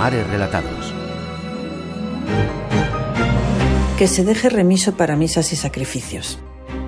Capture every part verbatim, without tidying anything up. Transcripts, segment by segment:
Mares Relatados. Que se deje remiso para misas y sacrificios.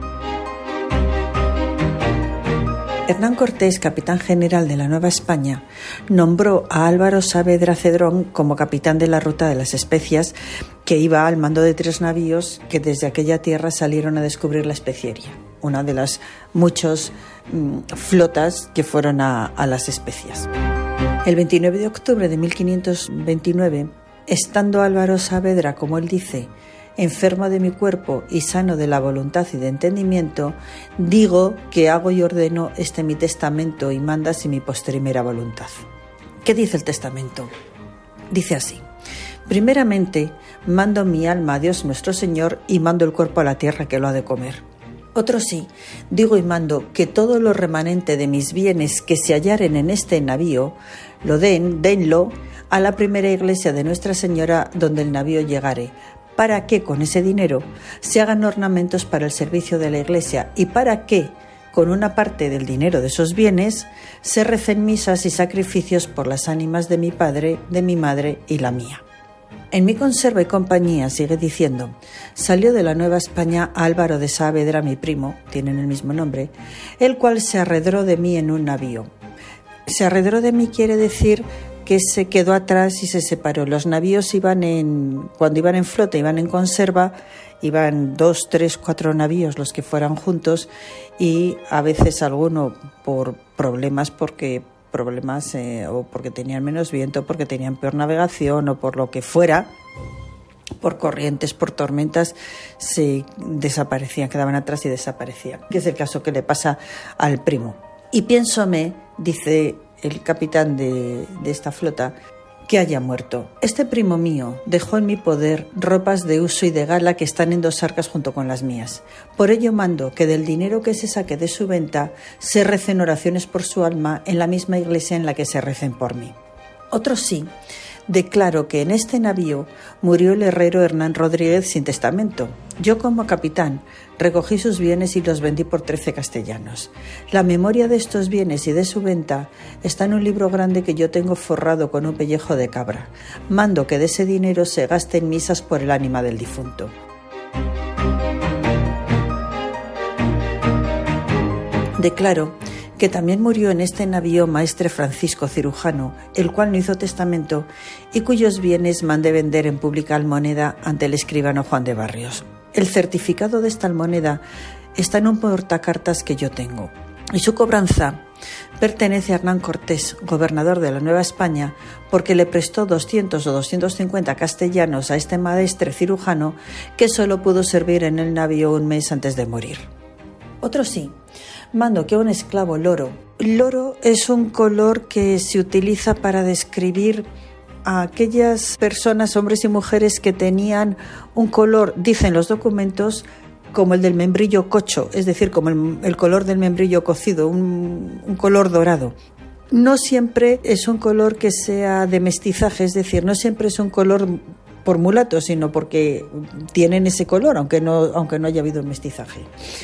Hernán Cortés, capitán general de la Nueva España, nombró a Álvaro Saavedra Cedrón como capitán de la Ruta de las Especias, que iba al mando de tres navíos que desde aquella tierra salieron a descubrir la especiería, una de las muchas mmm, flotas que fueron a, a las especias. El veintinueve de octubre de mil quinientos veintinueve, estando Álvaro Saavedra, como él dice, enfermo de mi cuerpo y sano de la voluntad y de entendimiento, digo que hago y ordeno este mi testamento y mandas y mi postremera voluntad. ¿Qué dice el testamento? Dice así: primeramente, mando mi alma a Dios nuestro Señor y mando el cuerpo a la tierra que lo ha de comer. Otro sí, digo y mando que todo lo remanente de mis bienes que se hallaren en este navío, lo den, denlo a la primera iglesia de Nuestra Señora donde el navío llegare, para que con ese dinero se hagan ornamentos para el servicio de la iglesia y para que, con una parte del dinero de esos bienes, se recen misas y sacrificios por las ánimas de mi padre, de mi madre y la mía. En mi conserva y compañía, sigue diciendo, salió de la Nueva España Álvaro de Saavedra, mi primo, tienen el mismo nombre, el cual se arredró de mí en un navío. Se arredró de mí quiere decir que se quedó atrás y se separó. Los navíos iban en, cuando iban en flota, iban en conserva, iban dos, tres, cuatro navíos los que fueran juntos y a veces alguno por problemas porque problemas eh, o porque tenían menos viento, porque tenían peor navegación o por lo que fuera, por corrientes, por tormentas, se desaparecían, quedaban atrás y desaparecían, que es el caso que le pasa al primo. Y piénsome, dice el capitán de, de esta flota, que haya muerto. Este primo mío dejó en mi poder ropas de uso y de gala que están en dos arcas junto con las mías. Por ello mando que del dinero que se saque de su venta se recen oraciones por su alma en la misma iglesia en la que se recen por mí. Otro sí, declaro que en este navío murió el herrero Hernán Rodríguez sin testamento. Yo como capitán recogí sus bienes y los vendí por trece castellanos. La memoria de estos bienes y de su venta está en un libro grande que yo tengo forrado con un pellejo de cabra. Mando que de ese dinero se gaste en misas por el ánima del difunto. Declaro que también murió en este navío maestre Francisco Cirujano, el cual no hizo testamento y cuyos bienes mandé vender en pública almoneda ante el escribano Juan de Barrios. El certificado de esta almoneda está en un portacartas que yo tengo y su cobranza pertenece a Hernán Cortés, gobernador de la Nueva España, porque le prestó doscientos o doscientos cincuenta castellanos a este maestre cirujano que solo pudo servir en el navío un mes antes de morir. Otro sí, mando que a un esclavo loro. Loro es un color que se utiliza para describir a aquellas personas, hombres y mujeres, que tenían un color, dicen los documentos, como el del membrillo cocho, es decir, como el, el color del membrillo cocido, un, un color dorado. No siempre es un color que sea de mestizaje, es decir, no siempre es un color por mulato, sino porque tienen ese color, aunque no, aunque no haya habido mestizaje.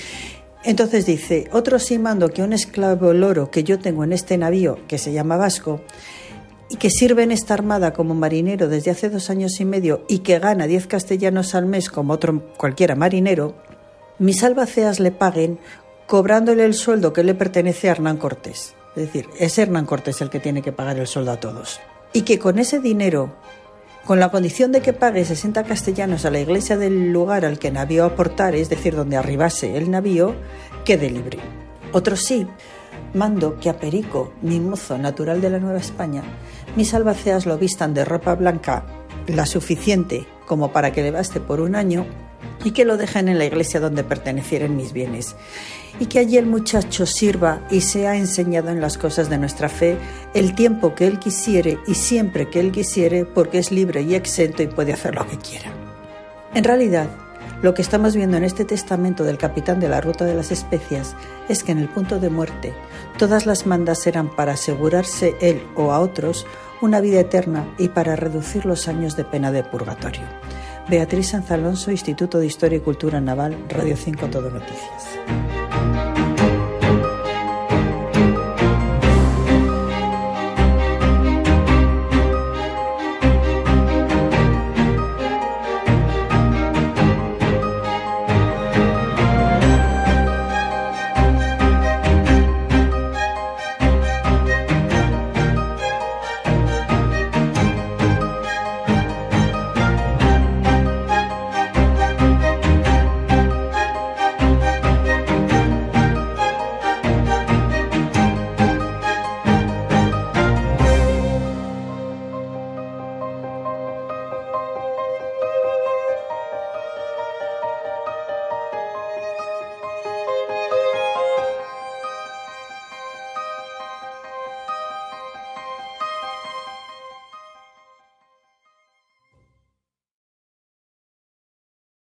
Entonces dice, otro sí mando que un esclavo loro que yo tengo en este navío, que se llama Vasco, y que sirve en esta armada como marinero desde hace dos años y medio y que gana diez castellanos al mes como otro cualquiera marinero, mis albaceas le paguen cobrándole el sueldo que le pertenece a Hernán Cortés. Es decir, es Hernán Cortés el que tiene que pagar el sueldo a todos. Y que con ese dinero, con la condición de que pague sesenta castellanos a la iglesia del lugar al que el navío aportare, es decir, donde arribase el navío, quede libre. Otro sí, mando que a Perico, mi mozo natural de la Nueva España, mis albaceas lo vistan de ropa blanca, la suficiente como para que le baste por un año, y que lo dejen en la iglesia donde pertenecieren mis bienes, y que allí el muchacho sirva y sea enseñado en las cosas de nuestra fe el tiempo que él quisiere y siempre que él quisiere, porque es libre y exento y puede hacer lo que quiera. En realidad, lo que estamos viendo en este testamento del capitán de la Ruta de las Especias es que en el punto de muerte todas las mandas eran para asegurarse él o a otros una vida eterna y para reducir los años de pena de purgatorio. Beatriz Sanz Alonso, Instituto de Historia y Cultura Naval, Radio cinco Todo Noticias.